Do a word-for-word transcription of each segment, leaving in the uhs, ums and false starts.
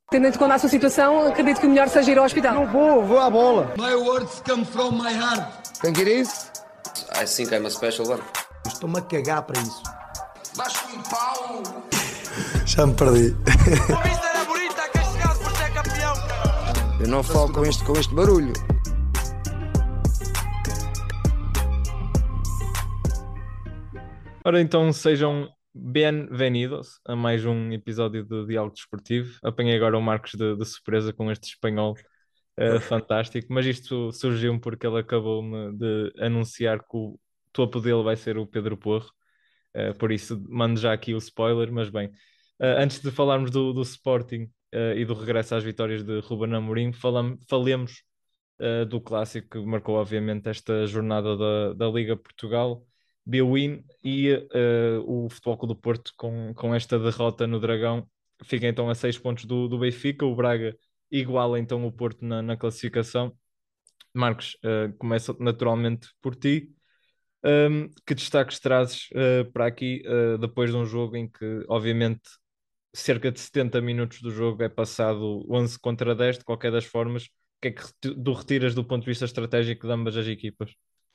Tendo em conta a sua situação, acredito que o melhor seja ir ao hospital. Não vou, vou à bola. My words come from my heart. Think it is? I think I'm a special one. Estou-me a cagar para isso. Baixo um pau. Já me perdi. A vista era bonita, castigado por ser campeão. Eu não falo com este, com este barulho. Ora então, sejam bem-vindos a mais um episódio do Diálogo Desportivo. Apanhei agora o Marcos de, de surpresa com este espanhol uh, fantástico, mas isto surgiu porque ele acabou-me de anunciar que o topo dele vai ser o Pedro Porro, uh, por isso mando já aqui o spoiler, mas bem, uh, antes de falarmos do, do Sporting uh, e do regresso às vitórias de Ruben Amorim, falam, falemos uh, do clássico que marcou obviamente esta jornada da, da Liga Portugal, Bwin, e uh, o Futebol Clube do Porto com, com esta derrota no Dragão fica então a seis pontos do, do Benfica. O Braga iguala então o Porto na, na classificação. Marcos, uh, começa naturalmente por ti. Um, que destaques trazes uh, para aqui uh, depois de um jogo em que obviamente cerca de setenta minutos do jogo é passado onze contra dez de qualquer das formas? O que é que tu retiras do ponto de vista estratégico de ambas as equipas?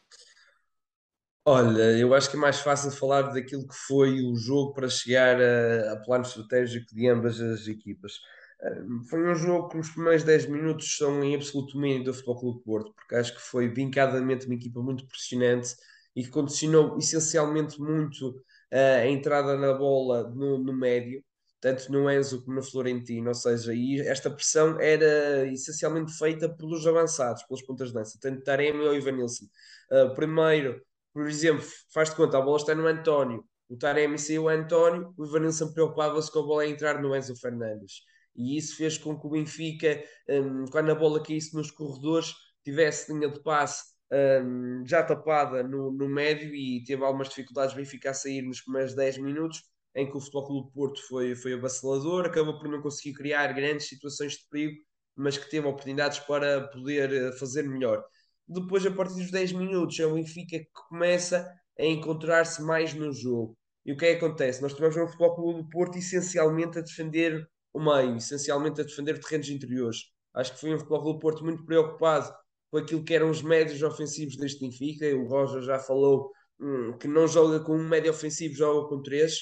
Olha, eu acho que é mais fácil falar daquilo que foi o jogo para chegar a, a plano estratégico de ambas as equipas. Um, Foi um jogo que nos primeiros dez minutos são em absoluto domínio do Futebol Clube do Porto, porque acho que foi vincadamente uma equipa muito pressionante e que condicionou essencialmente muito uh, a entrada na bola no, no médio, tanto no Enzo como no Florentino, ou seja, e esta pressão era essencialmente feita pelos avançados, pelas pontas de lança, tanto Taremi ou Ivanilson. Uh, primeiro, por exemplo, faz-te conta, a bola está no António, o Taremi saiu o António, o Ivanilson preocupava-se com a bola a entrar no Enzo Fernandes. E isso fez com que o Benfica, um, quando a bola caísse nos corredores, tivesse linha de passe um, já tapada no, no médio e teve algumas dificuldades o Benfica a sair nos primeiros dez minutos, em que o Futebol Clube do Porto foi, foi avassalador, acabou por não conseguir criar grandes situações de perigo, mas que teve oportunidades para poder eh, fazer melhor. Depois, a partir dos dez minutos, é o Benfica que começa a encontrar-se mais no jogo. E o que é que acontece? Nós tivemos um Futebol Clube do Porto essencialmente a defender o meio, essencialmente a defender terrenos interiores. Acho que foi um Futebol Clube do Porto muito preocupado com aquilo que eram os médios ofensivos deste Benfica. O Roger já falou hum, que não joga com um médio ofensivo, joga com três.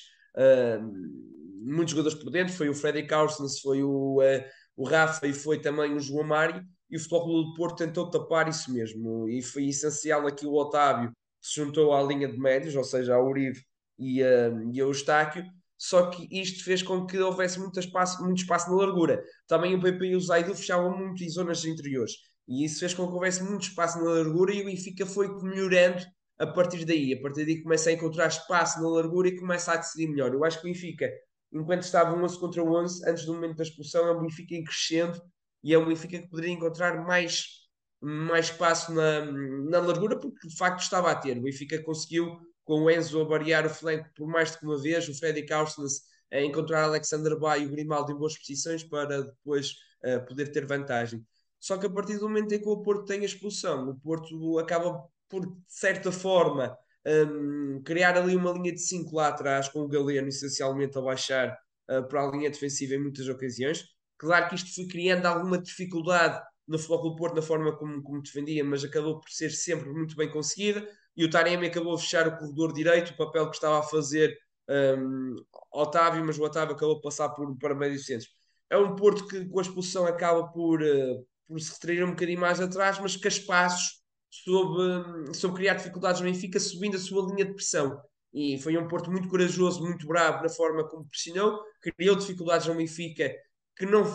Hum, muitos jogadores por dentro. Foi o Freddy Carlsons, foi o, uh, o Rafa e foi também o João Mário. E o Futebol Clube do Porto tentou tapar isso mesmo. E foi essencial aqui o Otávio se juntou à linha de médios, ou seja, ao Uribe e, uh, e ao Eustáquio. Só que isto fez com que houvesse muito espaço, muito espaço na largura. Também o P P e o Zaidu fechavam muito em zonas interiores. E isso fez com que houvesse muito espaço na largura e o Benfica foi melhorando a partir daí. A partir daí começa a encontrar espaço na largura e começa a decidir melhor. Eu acho que o Benfica, enquanto estava onze contra onze, antes do momento da expulsão, é um Benfica em crescendo e é um Benfica que poderia encontrar mais, mais espaço na, na largura, porque de facto estava a ter. O Benfica conseguiu, com o Enzo a variar o flanco por mais do que uma vez, o Freddy Kausnes a encontrar Alexander Bay e o Grimaldo em boas posições para depois uh, poder ter vantagem. Só que a partir do momento em que o Porto tem a expulsão, o Porto acaba por, de certa forma, um, criar ali uma linha de cinco lá atrás, com o Galeno essencialmente a baixar uh, para a linha defensiva em muitas ocasiões. Claro que isto foi criando alguma dificuldade no Futebol Clube do Porto na forma como, como defendia, mas acabou por ser sempre muito bem conseguida. E o Taremi acabou a fechar o corredor direito, o papel que estava a fazer um, Otávio, mas o Otávio acabou a passar por, para meio centros. É um Porto que com a expulsão acaba por, uh, por se retrair um bocadinho mais atrás, mas que a espaços soube, um, soube criar dificuldades no Benfica, subindo a sua linha de pressão. E foi um Porto muito corajoso, muito bravo na forma como pressionou, criou dificuldades no Benfica que não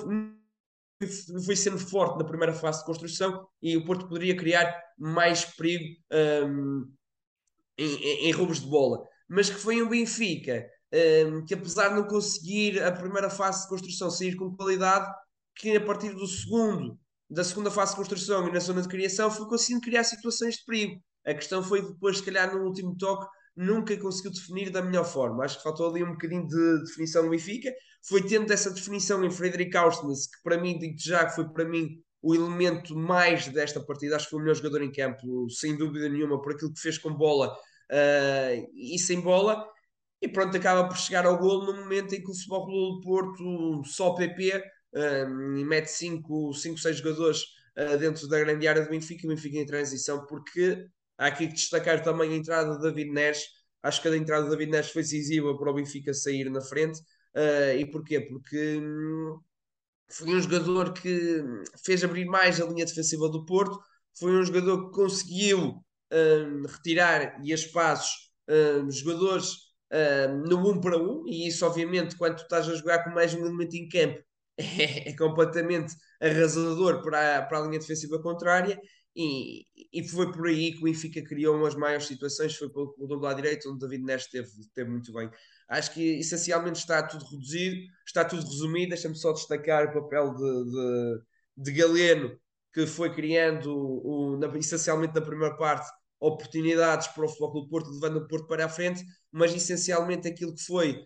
foi sendo forte na primeira fase de construção e o Porto poderia criar mais perigo um, em, em, em roubos de bola. Mas que foi um Benfica um, que, apesar de não conseguir a primeira fase de construção sair com qualidade, que a partir do segundo, da segunda fase de construção e na zona de criação, foi conseguindo criar situações de perigo. A questão foi depois, se calhar, no último toque, nunca conseguiu definir da melhor forma. Acho que faltou ali um bocadinho de definição no Benfica. Foi tendo essa definição em Frederic Aursnes, que para mim, digo já que foi para mim o elemento mais desta partida. Acho que foi o melhor jogador em campo, sem dúvida nenhuma, por aquilo que fez com bola uh, e sem bola. E pronto, acaba por chegar ao golo no momento em que o Futebol Clube do Porto, só P P, um, e mete cinco, seis jogadores uh, dentro da grande área do Benfica, o Benfica em transição, porque há aqui que destacar também a entrada de David Neres. Acho que a entrada de David Neres foi decisiva para o Benfica sair na frente. Uh, e porquê? Porque hum, foi um jogador que fez abrir mais a linha defensiva do Porto, foi um jogador que conseguiu hum, retirar e a espaços hum, jogadores hum, no um para um, e isso obviamente quando tu estás a jogar com mais um elemento em campo é, é completamente arrasador para a, para a linha defensiva contrária, e, e foi por aí que o Benfica criou umas maiores situações, foi pelo corredor do lado direito onde David Neres esteve, esteve muito bem. Acho que essencialmente está tudo reduzido, está tudo resumido. Deixa-me só destacar o papel de, de, de Galeno, que foi criando o, o, na, essencialmente na primeira parte oportunidades para o Futebol Clube do Porto, levando o Porto para a frente, mas essencialmente aquilo que foi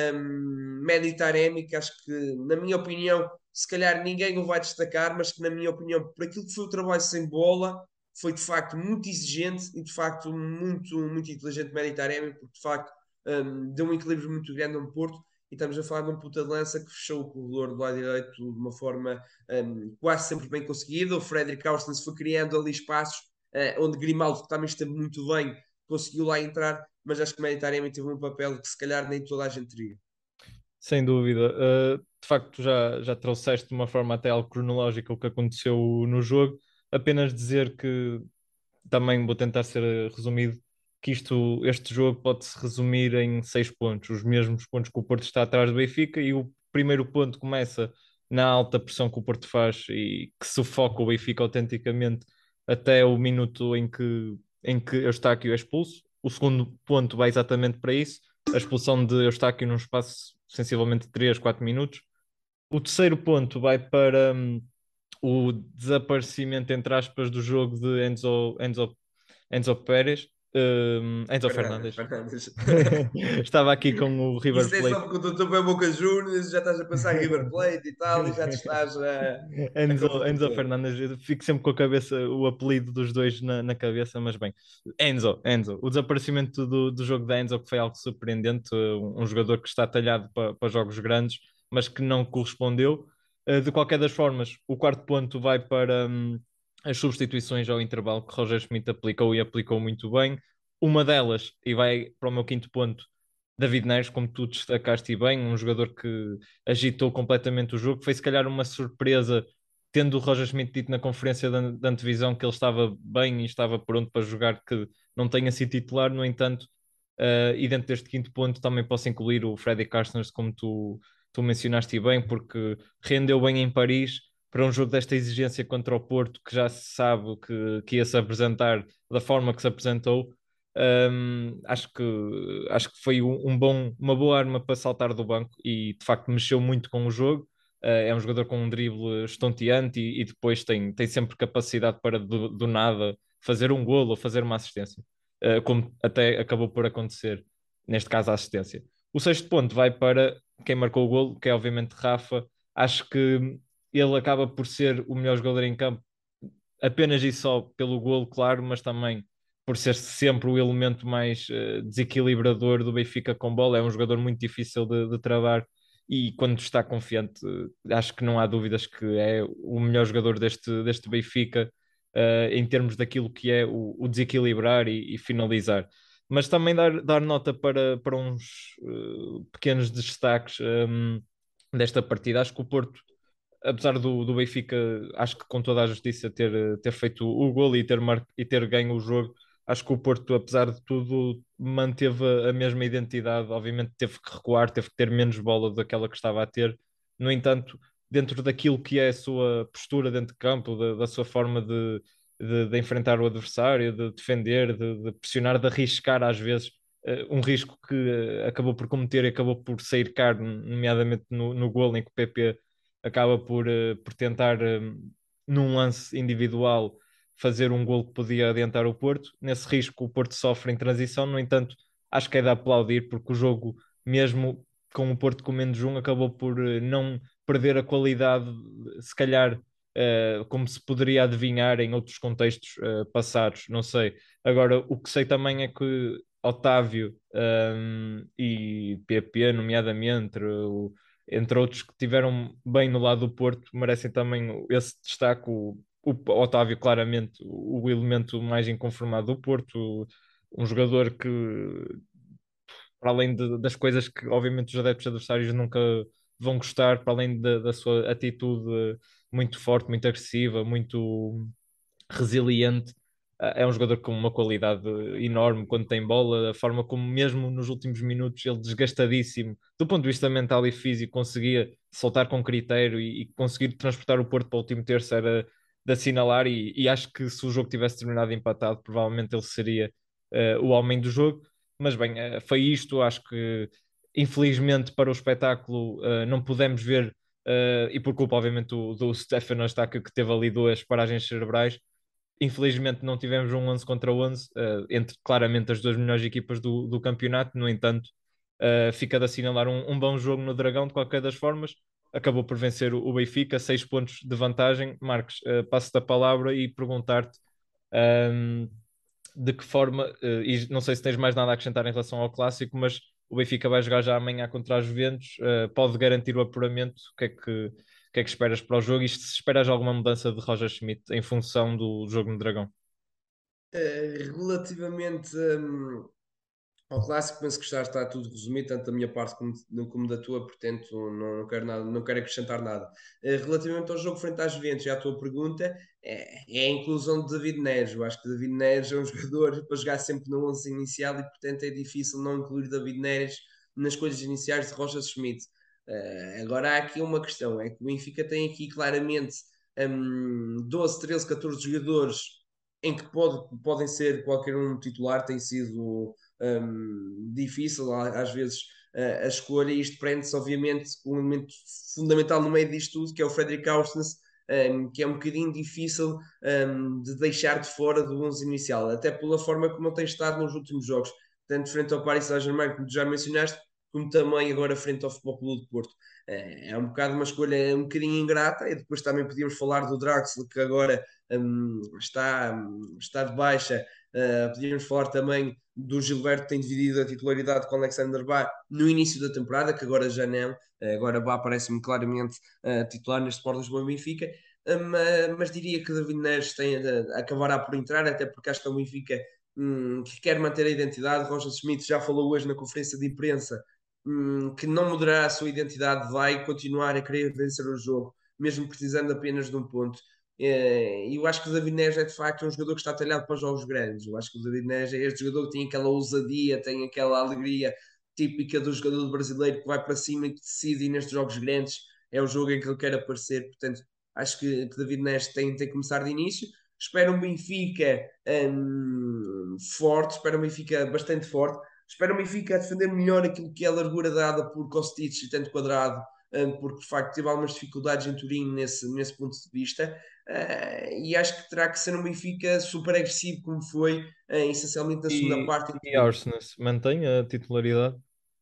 um, Mehdi Taremi, que acho que, na minha opinião, se calhar ninguém o vai destacar, mas que, na minha opinião, por aquilo que foi o trabalho sem bola, foi de facto muito exigente e de facto muito, muito inteligente Mehdi Taremi, porque de facto um, deu um equilíbrio muito grande no Porto, e estamos a falar de um ponta de lança que fechou o corredor do lado direito de uma forma um, quase sempre bem conseguida. O Frederic Austin foi criando ali espaços uh, onde Grimaldo, que também esteve muito bem, conseguiu lá entrar, mas acho que Taremi teve um papel que se calhar nem toda a gente teria. Sem dúvida. Uh, de facto, já, já trouxeste de uma forma até algo cronológica o que aconteceu no jogo. Apenas dizer que também vou tentar ser resumido, que isto, este jogo pode-se resumir em seis pontos, os mesmos pontos que o Porto está atrás do Benfica, e o primeiro ponto começa na alta pressão que o Porto faz e que sufoca o Benfica autenticamente até o minuto em que, em que Eustáquio é expulso. O segundo ponto vai exatamente para isso, a expulsão de Eustáquio num espaço sensivelmente de três, quatro minutos. O terceiro ponto vai para hum, o desaparecimento, entre aspas, do jogo de Enzo, Enzo, Enzo Pérez, um, Enzo Fernandes. Fernandes. Estava aqui com o River Isso é Plate. só porque o teu é Boca Juniors, já estás a pensar em River Plate e tal, e já te estás a. Enzo, Enzo Fernandes, eu fico sempre com a cabeça, o apelido dos dois na, na cabeça, mas bem, Enzo, Enzo, o desaparecimento do, do jogo da Enzo, que foi algo surpreendente, um, um jogador que está talhado para, para jogos grandes, mas que não correspondeu. De qualquer das formas, o quarto ponto vai para hum, as substituições ao intervalo que Roger Schmidt aplicou e aplicou muito bem. Uma delas, e vai para o meu quinto ponto, David Neres, como tu destacaste bem, um jogador que agitou completamente o jogo, foi se calhar uma surpresa, tendo o Roger Schmidt dito na conferência de, de antevisão que ele estava bem e estava pronto para jogar, que não tenha sido titular. No entanto, uh, e dentro deste quinto ponto também posso incluir o Freddy Carstens, como tu, tu mencionaste bem, porque rendeu bem em Paris para um jogo desta exigência contra o Porto, que já se sabe que, que ia se apresentar da forma que se apresentou. Um, acho que acho que foi um, um bom, uma boa arma para saltar do banco e de facto mexeu muito com o jogo. Uh, é um jogador com um drible estonteante e, e depois tem, tem sempre capacidade para do, do nada fazer um golo ou fazer uma assistência, uh, como até acabou por acontecer neste caso a assistência. O sexto ponto vai para quem marcou o golo, que é obviamente Rafa. Acho que ele acaba por ser o melhor jogador em campo apenas e só pelo golo, claro, mas também por ser sempre o elemento mais uh, desequilibrador do Benfica com bola. É um jogador muito difícil de, de travar e quando está confiante, uh, acho que não há dúvidas que é o melhor jogador deste, deste Benfica uh, em termos daquilo que é o, o desequilibrar e, e finalizar. Mas também dar, dar nota para, para uns uh, pequenos destaques um, desta partida. Acho que o Porto, apesar do, do Benfica, acho que com toda a justiça ter, ter feito o gol e ter, mar... e ter ganho o jogo, acho que o Porto, apesar de tudo, manteve a mesma identidade. Obviamente teve que recuar, teve que ter menos bola daquela que estava a ter. No entanto, dentro daquilo que é a sua postura dentro de campo, da, da sua forma de, de, de enfrentar o adversário, de defender, de, de pressionar, de arriscar às vezes, uh, um risco que uh, acabou por cometer e acabou por sair caro, nomeadamente no, no gol em que o P P acaba por, uh, por tentar, um, num lance individual, fazer um gol que podia adiantar o Porto. Nesse risco o Porto sofre em transição, no entanto, acho que é de aplaudir, porque o jogo, mesmo com o Porto com menos um, acabou por uh, não perder a qualidade, se calhar, uh, como se poderia adivinhar em outros contextos uh, passados, não sei. Agora, o que sei também é que Otávio um, e P P, nomeadamente, o entre outros que tiveram bem no lado do Porto, merecem também esse destaque. O, o Otávio, claramente, o, o elemento mais inconformado do Porto, um jogador que, para além de- das coisas que, obviamente, os adeptos adversários nunca vão gostar, para além da da sua atitude muito forte, muito agressiva, muito resiliente. Ah, É um jogador com uma qualidade enorme quando tem bola, a forma como, mesmo nos últimos minutos, ele desgastadíssimo, do ponto de vista mental e físico, conseguia soltar com critério e, e conseguir transportar o Porto para o último terço era de assinalar. E, e acho que se o jogo tivesse terminado empatado, provavelmente ele seria ah, o homem do jogo. Mas bem, ah, foi isto. Acho que, infelizmente, para o espetáculo, ah, não pudemos ver. ah, e por culpa, obviamente, do, do Stefano Eustáquio, que teve ali duas paragens cerebrais. Infelizmente não tivemos um onze contra onze, uh, entre claramente as duas melhores equipas do, do campeonato. No entanto, uh, fica de assinalar um, um bom jogo no Dragão, de qualquer das formas. Acabou por vencer o, o Benfica, seis pontos de vantagem. Marcos, uh, passo-te a palavra e perguntar-te um, de que forma, uh, e não sei se tens mais nada a acrescentar em relação ao clássico, mas o Benfica vai jogar já amanhã contra a Juventus, uh, pode garantir o apuramento. O que é que, o que é que esperas para o jogo? E se esperas alguma mudança de Roger Schmidt em função do jogo no Dragão? Eh, relativamente hum, ao clássico, penso que já está tudo resumido, tanto da minha parte como, como da tua, portanto não, não quero nada, não quero acrescentar nada. Eh, relativamente ao jogo frente às Juventus, já a tua pergunta é, é a inclusão de David Neres. Eu acho que David Neres é um jogador para jogar sempre no onze inicial e, portanto, é difícil não incluir David Neres nas coisas iniciais de Roger Schmidt. Eh, agora há aqui uma questão: é que o Benfica tem aqui claramente hum, doze, treze, catorze jogadores em que pode, podem ser qualquer um titular. Tem sido um, difícil às vezes uh, a escolha, e isto prende-se obviamente com um elemento fundamental no meio disto tudo, que é o Frederic Ausnes, um, que é um bocadinho difícil um, de deixar de fora do onze inicial, até pela forma como ele tem estado nos últimos jogos, tanto frente ao Paris Saint-Germain, como tu já mencionaste, como também agora frente ao Futebol Clube de Porto. É, é um bocado uma escolha um bocadinho ingrata. E depois também podíamos falar do Draxler, que agora um, está, um, está de baixa. Uh, podíamos falar também do Gilberto, que tem dividido a titularidade com Alexander Bá no início da temporada, que agora já não. Uh, agora Bá parece-me claramente uh, titular neste Sport Lisboa Benfica. Uh, mas diria que David Neres tem, uh, acabará por entrar, até porque acho que o Benfica um, que quer manter a identidade. Roger Schmidt já falou hoje na conferência de imprensa um, que não mudará a sua identidade, vai continuar a querer vencer o jogo, mesmo precisando apenas de um ponto. E eu acho que o David Neres é de facto um jogador que está talhado para os jogos grandes. Eu acho que o David Neres é este jogador que tem aquela ousadia, tem aquela alegria típica do jogador brasileiro que vai para cima e que decide ir nestes jogos grandes. É o jogo em que ele quer aparecer. Portanto, acho que, que David Neres tem, tem que começar de início. Espero um Benfica um, forte, espero um Benfica bastante forte. Espero um Benfica a defender melhor aquilo que é a largura dada por Kostic e tanto Quadrado, um, porque de facto teve algumas dificuldades em Turim nesse, nesse ponto de vista. Uh, e acho que terá que ser um Benfica super agressivo, como foi uh, essencialmente na segunda E, parte em e Turim. Arsenis mantém a titularidade?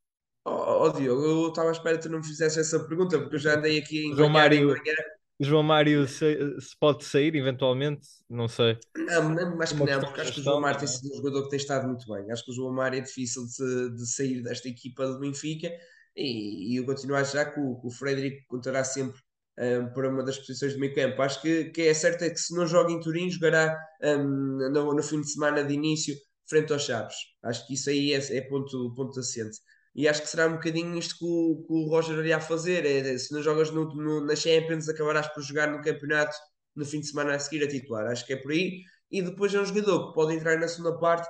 Oh, oh, Diogo, eu estava à espera que tu não me fizesse essa pergunta, porque eu já andei aqui a João enganhar, a Mário, enganhar. João Mário se, se pode sair eventualmente? Não sei. Não, não, acho que Uma não, questão porque de acho que o João gestão Mário tem também. sido um jogador que tem estado muito bem. Acho que o João Mário é difícil de, de sair desta equipa do Benfica, e, e eu continuo a achar que o, que o Frederico contará sempre um, para uma das posições do meio campo. Acho que, que é certo é que se não joga em Turim, jogará um, no, no fim de semana de início frente aos Chaves. Acho que isso aí é, é ponto, ponto assente. E acho que será um bocadinho isto que o, que o Roger iria fazer. É, se não jogas no, no, na Champions, acabarás por jogar no campeonato no fim de semana a seguir a titular. Acho que é por aí. E depois é um jogador que pode entrar na segunda parte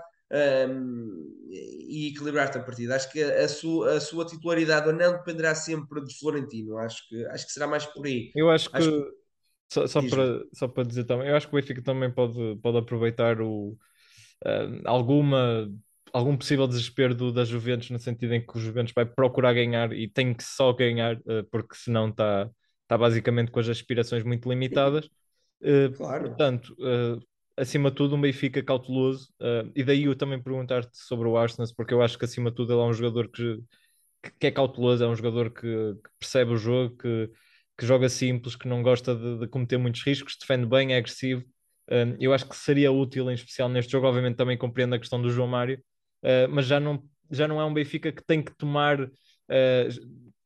um, e equilibrar-te a partida. Acho que a sua, a sua titularidade ou não dependerá sempre de Florentino. Acho que, acho que será mais por aí. Eu acho que, Acho que só, só diz-me. para, só para dizer também, eu acho que o Benfica também pode, pode aproveitar o, ah, alguma, algum possível desespero do, da Juventus, no sentido em que o Juventus vai procurar ganhar e tem que só ganhar, ah, porque senão está tá basicamente com as aspirações muito limitadas. Uh, Claro. portanto, uh, acima de tudo, um Benfica cauteloso, uh, e daí eu também perguntar-te sobre o Arsenal, porque eu acho que acima de tudo ele é um jogador que, que, que é cauteloso, é um jogador que, que percebe o jogo, que, que joga simples, que não gosta de, de cometer muitos riscos, defende bem, é agressivo. Um, eu acho que seria útil, em especial neste jogo. Obviamente também compreendo a questão do João Mário, uh, mas já não, já não é um Benfica que tem que tomar. Uh,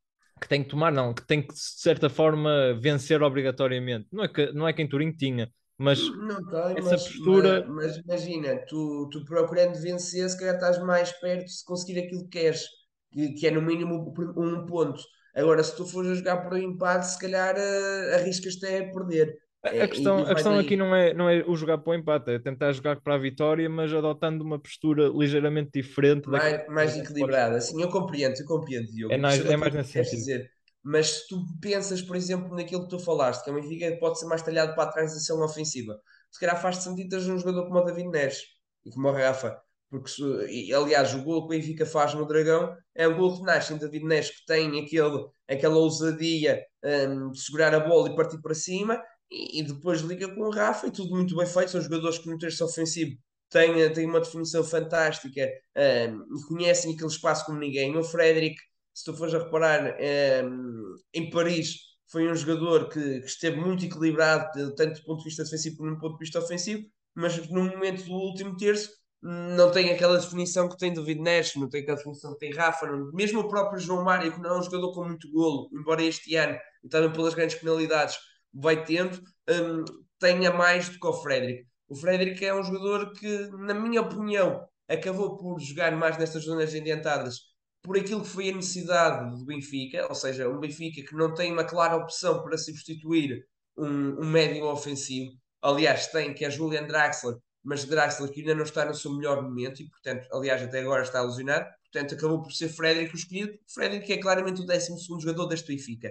que tem que tomar, não, que tem que, de certa forma, vencer obrigatoriamente. Não é que, não é que em Turim tinha, mas Não tem, essa mas, mas, postura. mas imagina, tu, tu procurando vencer, se calhar estás mais perto de conseguir aquilo que queres, que, que é no mínimo um ponto. Agora, se tu fores a jogar por um empate, se calhar eh, arriscas-te a perder. A a Eh, e, questão, e a vai questão aqui daí. não é, não é o jogar para o empate, é tentar jogar para a vitória, mas adotando uma postura ligeiramente diferente daquela mais, que mais normalmente podes equilibrada. fazer. Assim, eu compreendo, eu compreendo, É Diogo. Eu mais, percebo é aquilo mais que tu nesse queres sentido. dizer. Mas se tu pensas, por exemplo, naquilo que tu falaste, que é uma Benfica que pode ser mais talhado para a transição ofensiva, se calhar faz sentido teres um jogador como o David Neres e como o Rafa. Porque, se- e, aliás, o gol que o Benfica faz no Dragão é um gol que nasce em David Neres, que tem aquele, aquela ousadia hum, de segurar a bola e partir para cima, e, e depois liga com o Rafa, e tudo muito bem feito. São jogadores que no texto ofensivo têm, têm uma definição fantástica, um, e conhecem aquele espaço como ninguém. O Frederic, se tu fores a reparar, um, em Paris foi um jogador que, que esteve muito equilibrado, tanto do ponto de vista defensivo como do ponto de vista ofensivo, mas no momento do último terço não tem aquela definição que tem David Neres, não tem aquela definição que tem Rafa, não, mesmo o próprio João Mário, que não é um jogador com muito golo, embora este ano, e também pelas grandes penalidades, vai tendo, um, tenha mais do que o Frederic. O Frederic é um jogador que, na minha opinião, acabou por jogar mais nestas zonas adiantadas por aquilo que foi a necessidade do Benfica, ou seja, um Benfica que não tem uma clara opção para substituir um, um médio ofensivo. Aliás, tem, que é Julian Draxler, mas Draxler que ainda não está no seu melhor momento e, portanto, aliás, até agora está alucinado. Portanto, acabou por ser Frederic o escolhido. Frederic é claramente o décimo segundo jogador deste Benfica.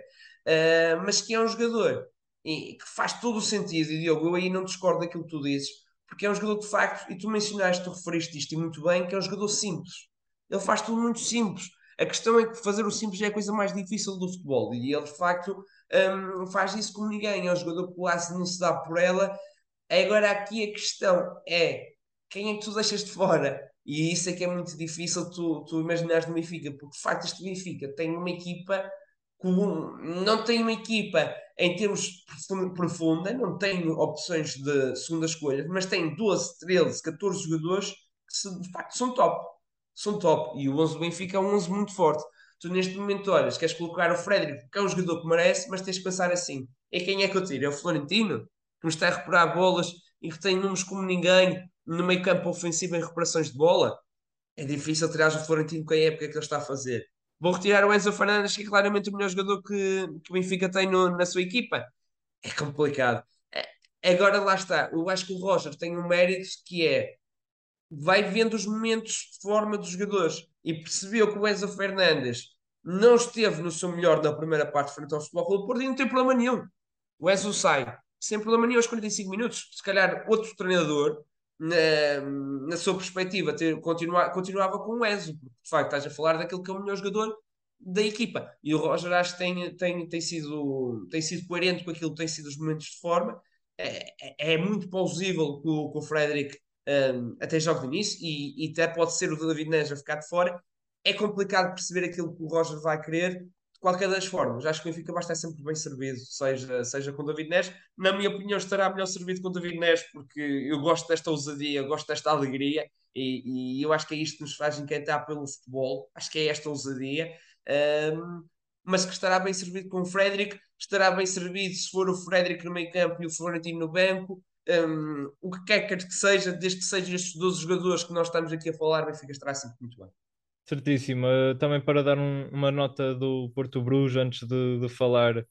Uh, mas que é um jogador e, que faz todo o sentido, e Diogo, eu aí não discordo daquilo que tu dizes, porque é um jogador de facto, e tu mencionaste, tu referiste isto e muito bem, que é um jogador simples. Ele faz tudo muito simples. A questão é que fazer o simples é a coisa mais difícil do futebol, e ele de facto um, faz isso como ninguém. É um jogador que quase não se dá por ela. Agora aqui a questão é quem é que tu deixas de fora? E isso é que é muito difícil tu, tu imaginares no Benfica, porque de facto este Benfica tem uma equipa com, não tem uma equipa em termos profunda, não tem opções de segunda escolha, mas tem doze, treze, catorze jogadores que de facto são top. São top. E o onze do Benfica é um onze muito forte. Tu neste momento olhas, queres colocar o Frederico, que é um jogador que merece, mas tens de pensar assim: é quem é que eu tiro? É o Florentino, que nos está a recuperar bolas e que tem números como ninguém no meio campo ofensivo em recuperações de bola? É difícil tirar o Florentino com a época que ele está a fazer. Vou retirar o Enzo Fernandes, que é claramente o melhor jogador que, que o Benfica tem no, na sua equipa. É complicado. É, agora lá está. Eu acho que o Roger tem um mérito que é vai vendo os momentos de forma dos jogadores e percebeu que o Enzo Fernandes não esteve no seu melhor na primeira parte frente ao Futebol Clube do Porto e não tem problema nenhum. O Enzo sai sem problema nenhum aos quarenta e cinco minutos. Se calhar outro treinador, na, na sua perspectiva, ter, continua, continuava com o Enzo, porque de facto estás a falar daquele que é o melhor jogador da equipa. E o Roger acho que tem, tem, tem, sido, tem sido coerente com aquilo que tem sido os momentos de forma. É, é, é muito plausível que o, que o Frederic um, até jogue de início e, e até pode ser o David Neres a ficar de fora. É complicado perceber aquilo que o Roger vai querer. De qualquer das formas, acho que o Benfica vai estar sempre bem servido, seja, seja com o David Neres. Na minha opinião, estará melhor servido com o David Neres, porque eu gosto desta ousadia, eu gosto desta alegria, e, e eu acho que é isto que nos faz encantar pelo futebol. Acho que é esta ousadia. Um, mas que estará bem servido com o Frederic, estará bem servido se for o Frederic no meio campo e o Florentino no banco. Um, o que quer que seja, desde que sejam estes doze jogadores que nós estamos aqui a falar, o Benfica estará sempre muito bem. Certíssimo. Uh, também para dar um- uma nota do Porto Bruges antes de, de falar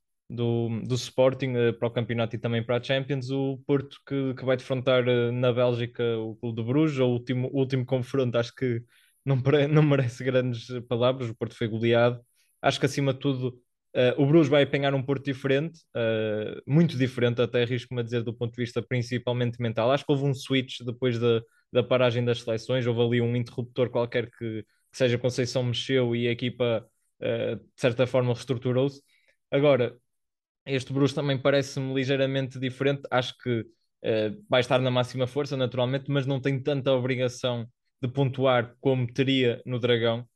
do, do Sporting uh, para o campeonato e também para a Champions, o Porto que, que vai defrontar uh, na Bélgica o Clube de Bruges, o último, o último confronto, acho que não, pare- não merece grandes palavras, o Porto foi goleado. Acho que acima de tudo uh, o Bruges vai apanhar um Porto diferente, uh, muito diferente, até arrisco-me a dizer do ponto de vista principalmente mental. Acho que houve um switch depois da, da paragem das seleções, houve ali um interruptor qualquer que, que seja Conceição mexeu e a equipa uh, de certa forma reestruturou-se. Agora, este Bruges também parece-me ligeiramente diferente. Acho que eh, vai estar na máxima força, naturalmente, mas não tem tanta obrigação de pontuar como teria no Dragão.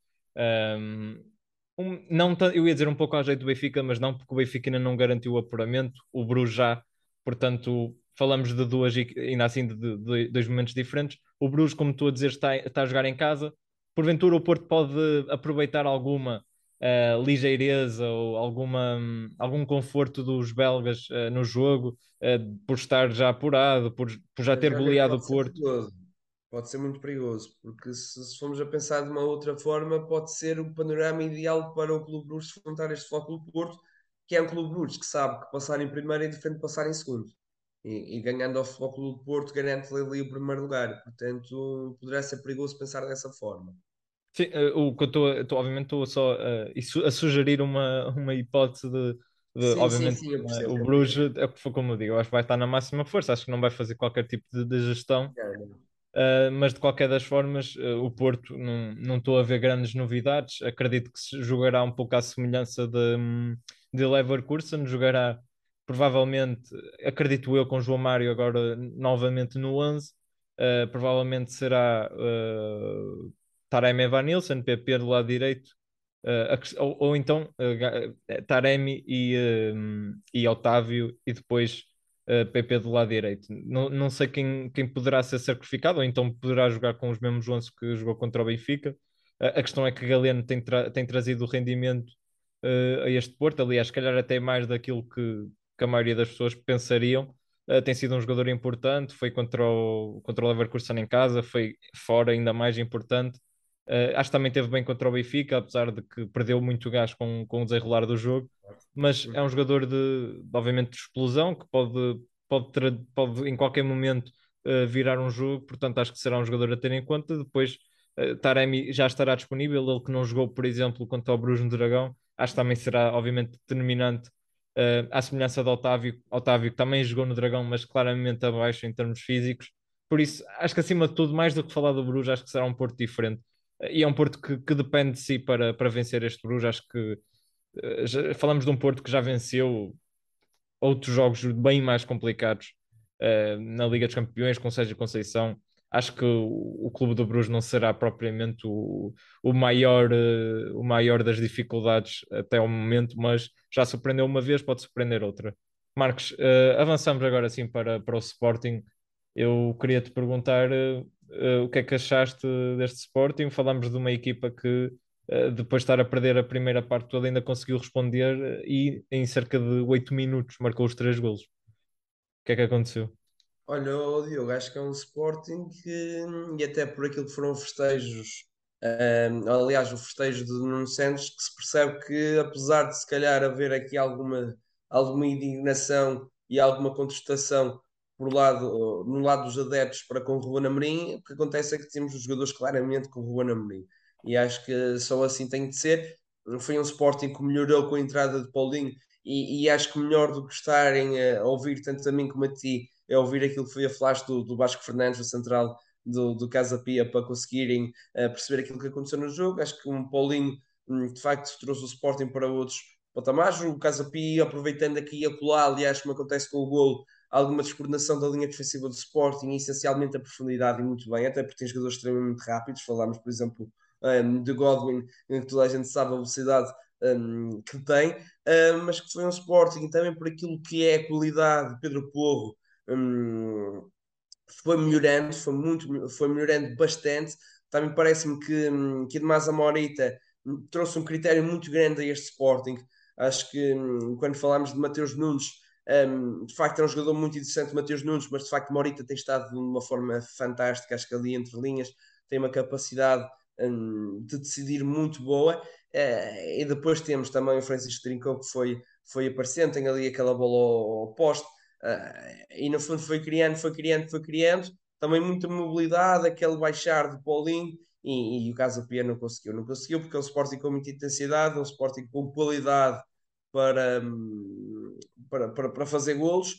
Um, um, não eu ia dizer um pouco ao jeito do Benfica, mas não, porque o Benfica ainda não garantiu o apuramento, o Bruges já. Portanto, falamos de duas, ainda assim, de, de, de dois momentos diferentes. O Bruges, como estou a dizer, está, está a jogar em casa. Porventura, o Porto pode aproveitar alguma uh, ligeireza ou alguma, algum conforto dos belgas uh, no jogo, uh, por estar já apurado, por, por já Mas ter olha que goleado o pode ser Porto. perigoso. Pode ser muito perigoso, porque se, se formos a pensar de uma outra forma, pode ser o panorama ideal para o Clube Bruges se juntar a este Futebol Clube Porto, que é um Clube Bruges que sabe que passar em primeiro é diferente de passar em segundo. E, e ganhando ao Futebol Clube Porto, garante-lhe ali o primeiro lugar. Portanto, poderá ser perigoso pensar dessa forma. Sim, eh, o que eu estou, estou- obviamente, estou só eh, e su- a sugerir uma, uma hipótese de, de, Sim, sim, obviamente, sim, eu eh, percebo, o compreendo. Bruges, é o que foi como eu digo, eu acho que vai estar na máxima força, acho que não vai fazer qualquer tipo de, de gestão. Não, não. Uh, mas de qualquer das formas, uh, o Porto não não estou a ver grandes novidades. Acredito que se jogará um pouco à semelhança de, hum, de Leverkusen, jogará provavelmente, acredito eu, com João Mário agora novamente no onze. Uh, provavelmente será uh, Taremi Evanilson, P P do lado direito, uh, a ques- ou, ou então uh, Ga- eh, Taremi e, um, e Otávio, e depois uh, P P do lado direito. Não, não sei quem, quem poderá ser sacrificado, ou então poderá jogar com os mesmos onze que jogou contra o Benfica. Uh, a questão é que Galeno tem, tra tem trazido o rendimento uh, a este Porto, aliás, se calhar até mais daquilo que, que a maioria das pessoas pensariam. Uh, tem sido um jogador importante, foi contra o, contra o Leverkusen em casa, foi fora ainda mais importante. Uh, acho que também teve bem contra o Benfica, apesar de que perdeu muito gás com, com o desenrolar do jogo, mas é um Uhum. jogador de, de, obviamente, de explosão, que pode, pode, ter, pode em qualquer momento uh, virar um jogo, portanto acho que será um jogador a ter em conta. Depois uh, Taremi já estará disponível, ele que não jogou, por exemplo, contra o Bruges no Dragão, acho que também será, obviamente, determinante, uh, à semelhança de Otávio, Otávio que também jogou no Dragão, mas claramente abaixo em termos físicos. Por isso, acho que acima de tudo, mais do que falar do Bruges, acho que será um Porto diferente. E é um Porto que, que depende de si para, para vencer este Bruges. Acho que eh, já- falamos de um Porto que já venceu outros jogos bem mais complicados eh, na Liga dos Campeões, com Sérgio Conceição. Acho que o, o Clube do Bruges não será propriamente o, o maior, eh, o maior das dificuldades até ao momento, mas já surpreendeu uma vez, pode surpreender outra. Marcos, eh, avançamos agora sim para, para o Sporting. Eu queria te perguntar eh, eh, o que é que achaste deste Sporting. Falamos de uma equipa que, eh, depois de estar a perder a primeira parte toda, ainda conseguiu responder eh, e em cerca de oito minutos marcou os três golos. O que é que aconteceu? Olha, ó, Diogo, acho que é um Sporting que, e até por aquilo que foram festejos, ahm, aliás, o festejo de Nuno Santos, que se percebe que, apesar de se calhar haver aqui alguma, alguma indignação e alguma contestação por lado, no lado dos adeptos para com o Ruben Amorim, o que acontece é que temos os jogadores claramente com o Ruben Amorim. E acho que só assim tem de ser. Foi um Sporting que melhorou com a entrada de Paulinho, e, e acho que melhor do que estarem a ouvir tanto a mim como a ti é ouvir aquilo que foi a flash do, do Vasco Fernandes, o central do, do Casa Pia, para conseguirem uh, perceber aquilo que aconteceu no jogo. Acho que um Paulinho, um, de facto, trouxe o Sporting para outros patamares. O Casa Pia, aproveitando aqui e acolá, aliás, como acontece com o golo, alguma descoordenação da linha defensiva do Sporting, essencialmente a profundidade, e muito bem, até porque tem jogadores extremamente rápidos. Falámos, por exemplo, um, de Godwin, que toda a gente sabe a velocidade um, que tem, um, mas que foi um Sporting também por aquilo que é a qualidade de Pedro Porro. Hum, foi melhorando, foi muito, foi melhorando bastante. Também parece-me que, hum, que Edmaz Morita hum, trouxe um critério muito grande a este Sporting. Acho que hum, quando falamos de Mateus Nunes, hum, de facto é um jogador muito interessante, Mateus Nunes, mas de facto Morita tem estado de uma forma fantástica. Acho que ali entre linhas tem uma capacidade hum, de decidir muito boa. Eh, e depois temos também o Francisco Trincão, que foi, foi aparecendo, tem ali aquela bola ao, ao poste. Uh, e no fundo foi criando, foi criando, foi criando. Também muita mobilidade, aquele baixar de Paulinho. E, e o Casa Pia não conseguiu. Não conseguiu porque é um Sporting com muita intensidade, é um Sporting com qualidade para, hum, para, para, para fazer golos.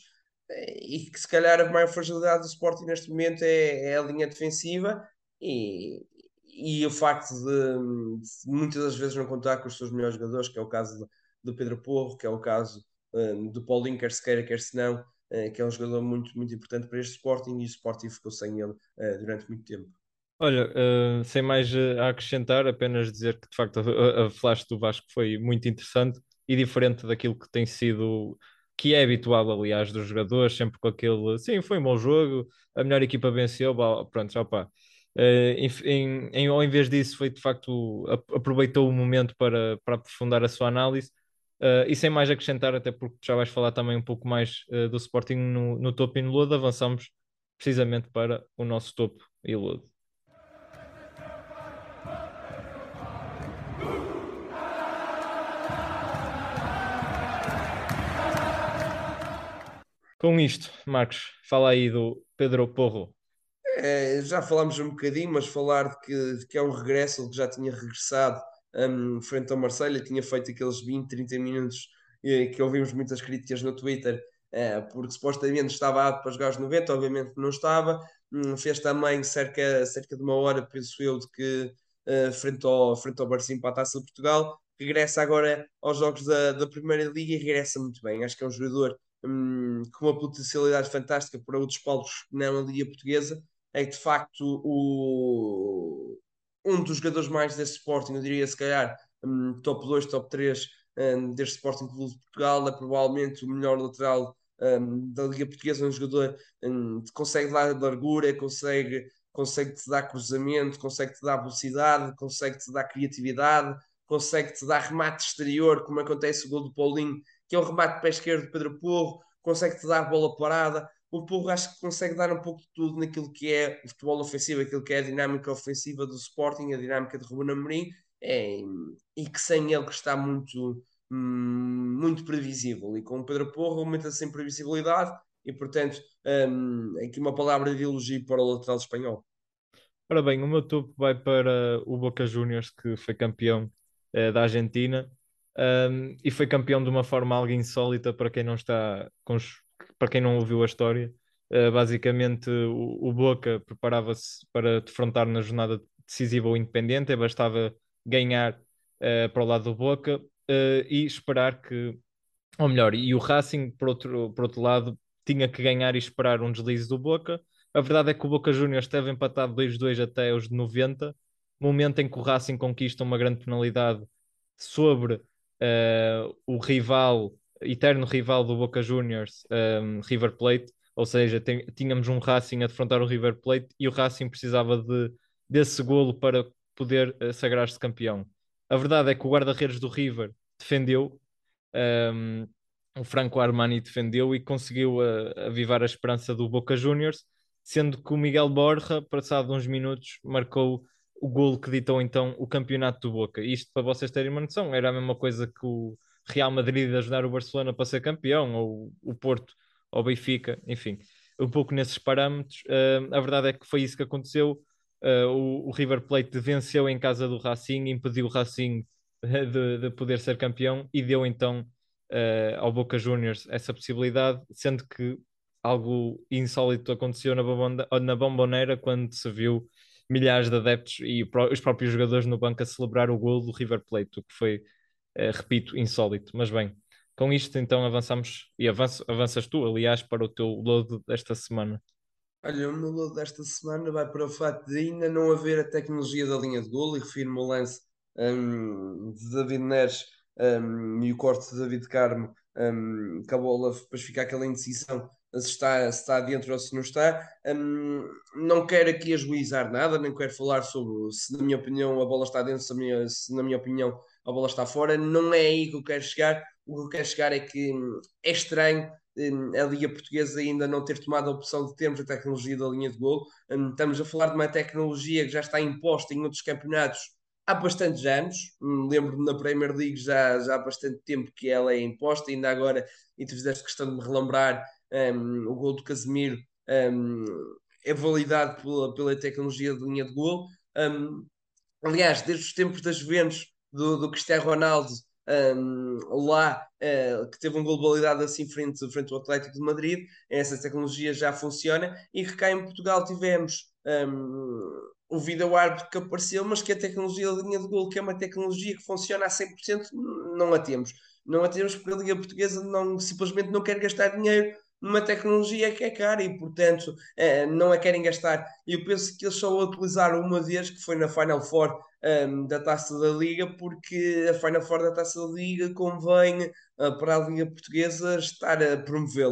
E que se calhar a maior fragilidade do Sporting neste momento é, é a linha defensiva. E, e o facto de, de muitas das vezes não contar com os seus melhores jogadores, que é o caso do, do Pedro Porro, que é o caso um, do Paulinho, quer se queira, quer se não, uh, que é um jogador muito, muito importante para este Sporting, e o Sporting ficou sem ele uh, durante muito tempo. Olha, eh, sem mais eh, a acrescentar, apenas dizer que de facto a, a flash do Vasco foi muito interessante e diferente daquilo que tem sido, que é habitual, aliás, dos jogadores, sempre com aquele, sim, foi um bom jogo, a melhor equipa venceu, bah, pronto, já pá. Uh, em, em, em- ao invés disso, foi de facto, ap- aproveitou o momento para, para aprofundar a sua análise. Uh, e sem mais acrescentar, até porque já vais falar também um pouco mais uh, do Sporting no, no topo e no lodo, avançamos precisamente para o nosso topo e lodo. Com isto, Marcos, fala aí do Pedro Porro. É, já falámos um bocadinho, mas falar de que, de que é um regresso, ele que já tinha regressado um, frente ao Marselha, tinha feito aqueles vinte, trinta minutos eh, que ouvimos muitas críticas no Twitter, eh, porque supostamente estava apto para jogar os noventa, obviamente não estava. Hum, fez também cerca, cerca de uma hora, penso eu, de que eh, frente ao, frente ao Barcinho para a Taça de Portugal. Regressa agora aos jogos da, da Primeira Liga e regressa muito bem. Acho que é um jogador hum, com uma potencialidade fantástica para outros palcos que não a Liga Portuguesa. É de facto o, um dos jogadores mais desse Sporting, eu diria se calhar um, top dois, top três um, deste Sporting Clube de Portugal, é provavelmente o melhor lateral um, da Liga Portuguesa, um jogador um, que consegue dar largura, consegue, consegue-te dar cruzamento, consegue-te dar velocidade, consegue-te dar criatividade, consegue-te dar remate exterior, como acontece o gol do Paulinho, que é o remate de pé esquerdo de Pedro Porro, consegue-te dar bola parada. O Porro acho que consegue dar um pouco de tudo naquilo que é o futebol ofensivo, aquilo que é a dinâmica ofensiva do Sporting, a dinâmica de Ruben Amorim, é, e que sem ele que está muito, hum, muito previsível. E com o Pedro Porro aumenta-se sem previsibilidade e, portanto, hum, aqui uma palavra de elogio para o lateral espanhol. Ora bem, o meu topo vai para o Boca Juniors, que foi campeão eh, da Argentina, um, e foi campeão de uma forma algo insólita para quem não está com os- para quem não ouviu a história. Uh, basicamente, o, o Boca preparava-se para defrontar na jornada decisiva o Independente, bastava ganhar eh, para o lado do Boca eh, e esperar que, ou melhor, e o Racing, por outro, por outro lado, tinha que ganhar e esperar um deslize do Boca. A verdade é que o Boca Juniors esteve empatado dois a dois até os noventa, momento em que o Racing conquista uma grande penalidade sobre eh, o rival, eterno rival do Boca Juniors, um, River Plate, ou seja, tem- tínhamos um Racing a defrontar o River Plate e o Racing precisava de, desse golo para poder eh, sagrar-se campeão. A verdade é que o guarda-redes do River defendeu, um, o Franco Armani defendeu e conseguiu uh, avivar a esperança do Boca Juniors, sendo que o Miguel Borja, passado uns minutos, marcou o golo que ditou então o campeonato do Boca. Isto, para vocês terem uma noção, era a mesma coisa que o Real Madrid ajudar o Barcelona para ser campeão, ou o Porto ou o Benfica, enfim, um pouco nesses parâmetros. Uh, a verdade é que foi isso que aconteceu. Uh, o, o River Plate venceu em casa do Racing, impediu o Racing de, de poder ser campeão e deu então uh, ao Boca Juniors essa possibilidade, sendo que algo insólito aconteceu na, Bombonde- na Bomboneira quando se viu milhares de adeptos e pró- os próprios jogadores no banco a celebrar o gol do River Plate, o que foi, uh, repito, insólito. Mas bem, com isto então avançamos e avanço, avanças tu, aliás, para o teu load desta semana. Olha, o meu lodo desta semana vai para o facto de ainda não haver a tecnologia da linha de golo, e refiro-me ao lance hum, de David Neres hum, e o corte de David Carmo, hum, que a bola depois fica aquela indecisão se está, se está dentro ou se não está. Hum, não quero aqui ajuizar nada, nem quero falar sobre se, na minha opinião, a bola está dentro, se, a minha- se, na minha opinião, a bola está fora. Não é aí que eu quero chegar. O que eu quero chegar é que hum, é estranho hum, a Liga Portuguesa ainda não ter tomado a opção de termos a tecnologia da linha de gol. Hum, Estamos a falar de uma tecnologia que já está imposta em outros campeonatos há bastantes anos. Hum, Lembro-me na Premier League já, já há bastante tempo que ela é imposta, ainda agora, e tu fizeste questão de me relembrar, hum, o gol do Casemiro hum, é validado pela, pela tecnologia de linha de gol. Hum, Aliás, desde os tempos das Juventus, do, do Cristiano Ronaldo, um, lá, uh, que teve uma globalidade assim frente, frente ao Atlético de Madrid, essa tecnologia já funciona, e que cá em Portugal tivemos um, o vídeo árbitro que apareceu, mas que a tecnologia da linha de gol, que é uma tecnologia que funciona a cem por cento, não a temos. Não a temos porque a Liga Portuguesa não, simplesmente não quer gastar dinheiro numa tecnologia que é cara e, portanto, eh, não a querem gastar. E eu penso que eles só a utilizaram uma vez, que foi na Final Four um, da Taça da Liga, porque a Final Four da Taça da Liga convém uh, para a Liga Portuguesa estar a promovê-la.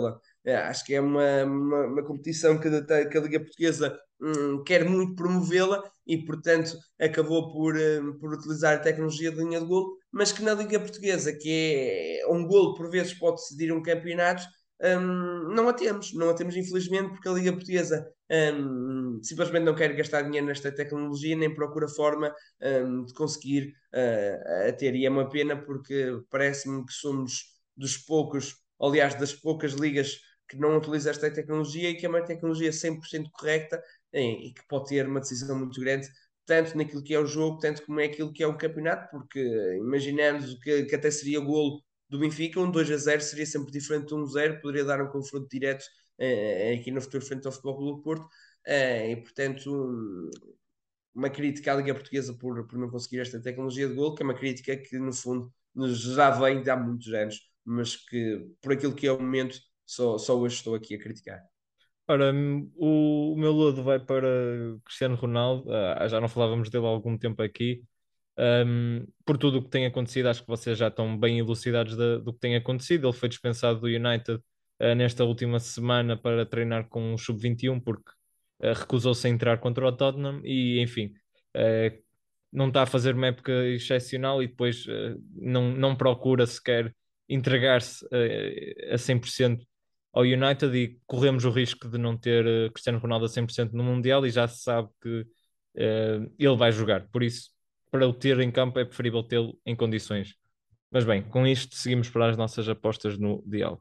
É, acho que é uma, uma, uma competição que a, que a Liga Portuguesa hum, quer muito promovê-la e, portanto, acabou por, hum, por utilizar a tecnologia de linha de golo, mas que na Liga Portuguesa, que é um golo por vezes pode decidir um campeonato, hum, não a temos, não a temos infelizmente, porque a Liga Portuguesa hum, simplesmente não quer gastar dinheiro nesta tecnologia, nem procura forma hum, de conseguir uh, a ter, e é uma pena porque parece-me que somos dos poucos, aliás, das poucas ligas que não utiliza esta tecnologia e que é uma tecnologia cem por cento correta e, e que pode ter uma decisão muito grande, tanto naquilo que é o jogo, tanto como é aquilo que é o campeonato, porque imaginando que, que até seria golo do Benfica, um dois a zero seria sempre diferente de um zero, poderia dar um confronto direto eh, aqui no futuro frente ao Futebol Clube do Porto, eh, e portanto um, uma crítica à Liga Portuguesa por, por não conseguir esta tecnologia de golo, que é uma crítica que no fundo nos já vem de há muitos anos, mas que por aquilo que é o momento só, só hoje estou aqui a criticar. Ora, hum, o, o meu lodo vai para Cristiano Ronaldo. Ah, já não falávamos dele há algum tempo aqui. Um, por tudo o que tem acontecido, acho que vocês já estão bem elucidados da- do que tem acontecido. Ele foi dispensado do United ah, nesta última semana para treinar com o sub vinte e um porque ah, recusou-se a entrar contra o Tottenham e, enfim, ah, não está a fazer uma época excepcional e depois ah, não, não procura sequer entregar-se ah, a cem por cento ao United e corremos o risco de não ter ah, Cristiano Ronaldo a cem por cento no Mundial e já se sabe que ah, ele vai jogar. Por isso, para o ter em campo é preferível tê-lo em condições. Mas bem, com isto seguimos para as nossas apostas no Dial.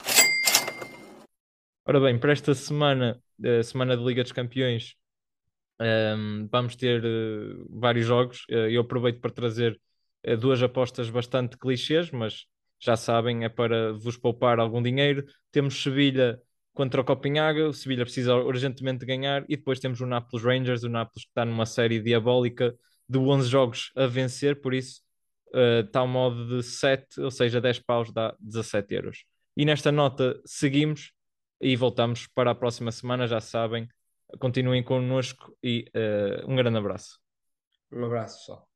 Ora bem, para esta semana, a semana de Liga dos Campeões, um, vamos ter uh, vários jogos. Uh, eu aproveito para trazer uh, duas apostas bastante clichês, mas já sabem, é para vos poupar algum dinheiro. Temos Sevilha contra o Copenhaga, o Sevilha precisa urgentemente ganhar, e depois temos o Nápoles Rangers, o Nápoles que está numa série diabólica de onze jogos a vencer, por isso uh, está ao modo de sete, ou seja, dez paus dá dezassete euros. E nesta nota seguimos e voltamos para a próxima semana, já sabem. Continuem connosco e uh, um grande abraço. Um abraço, pessoal.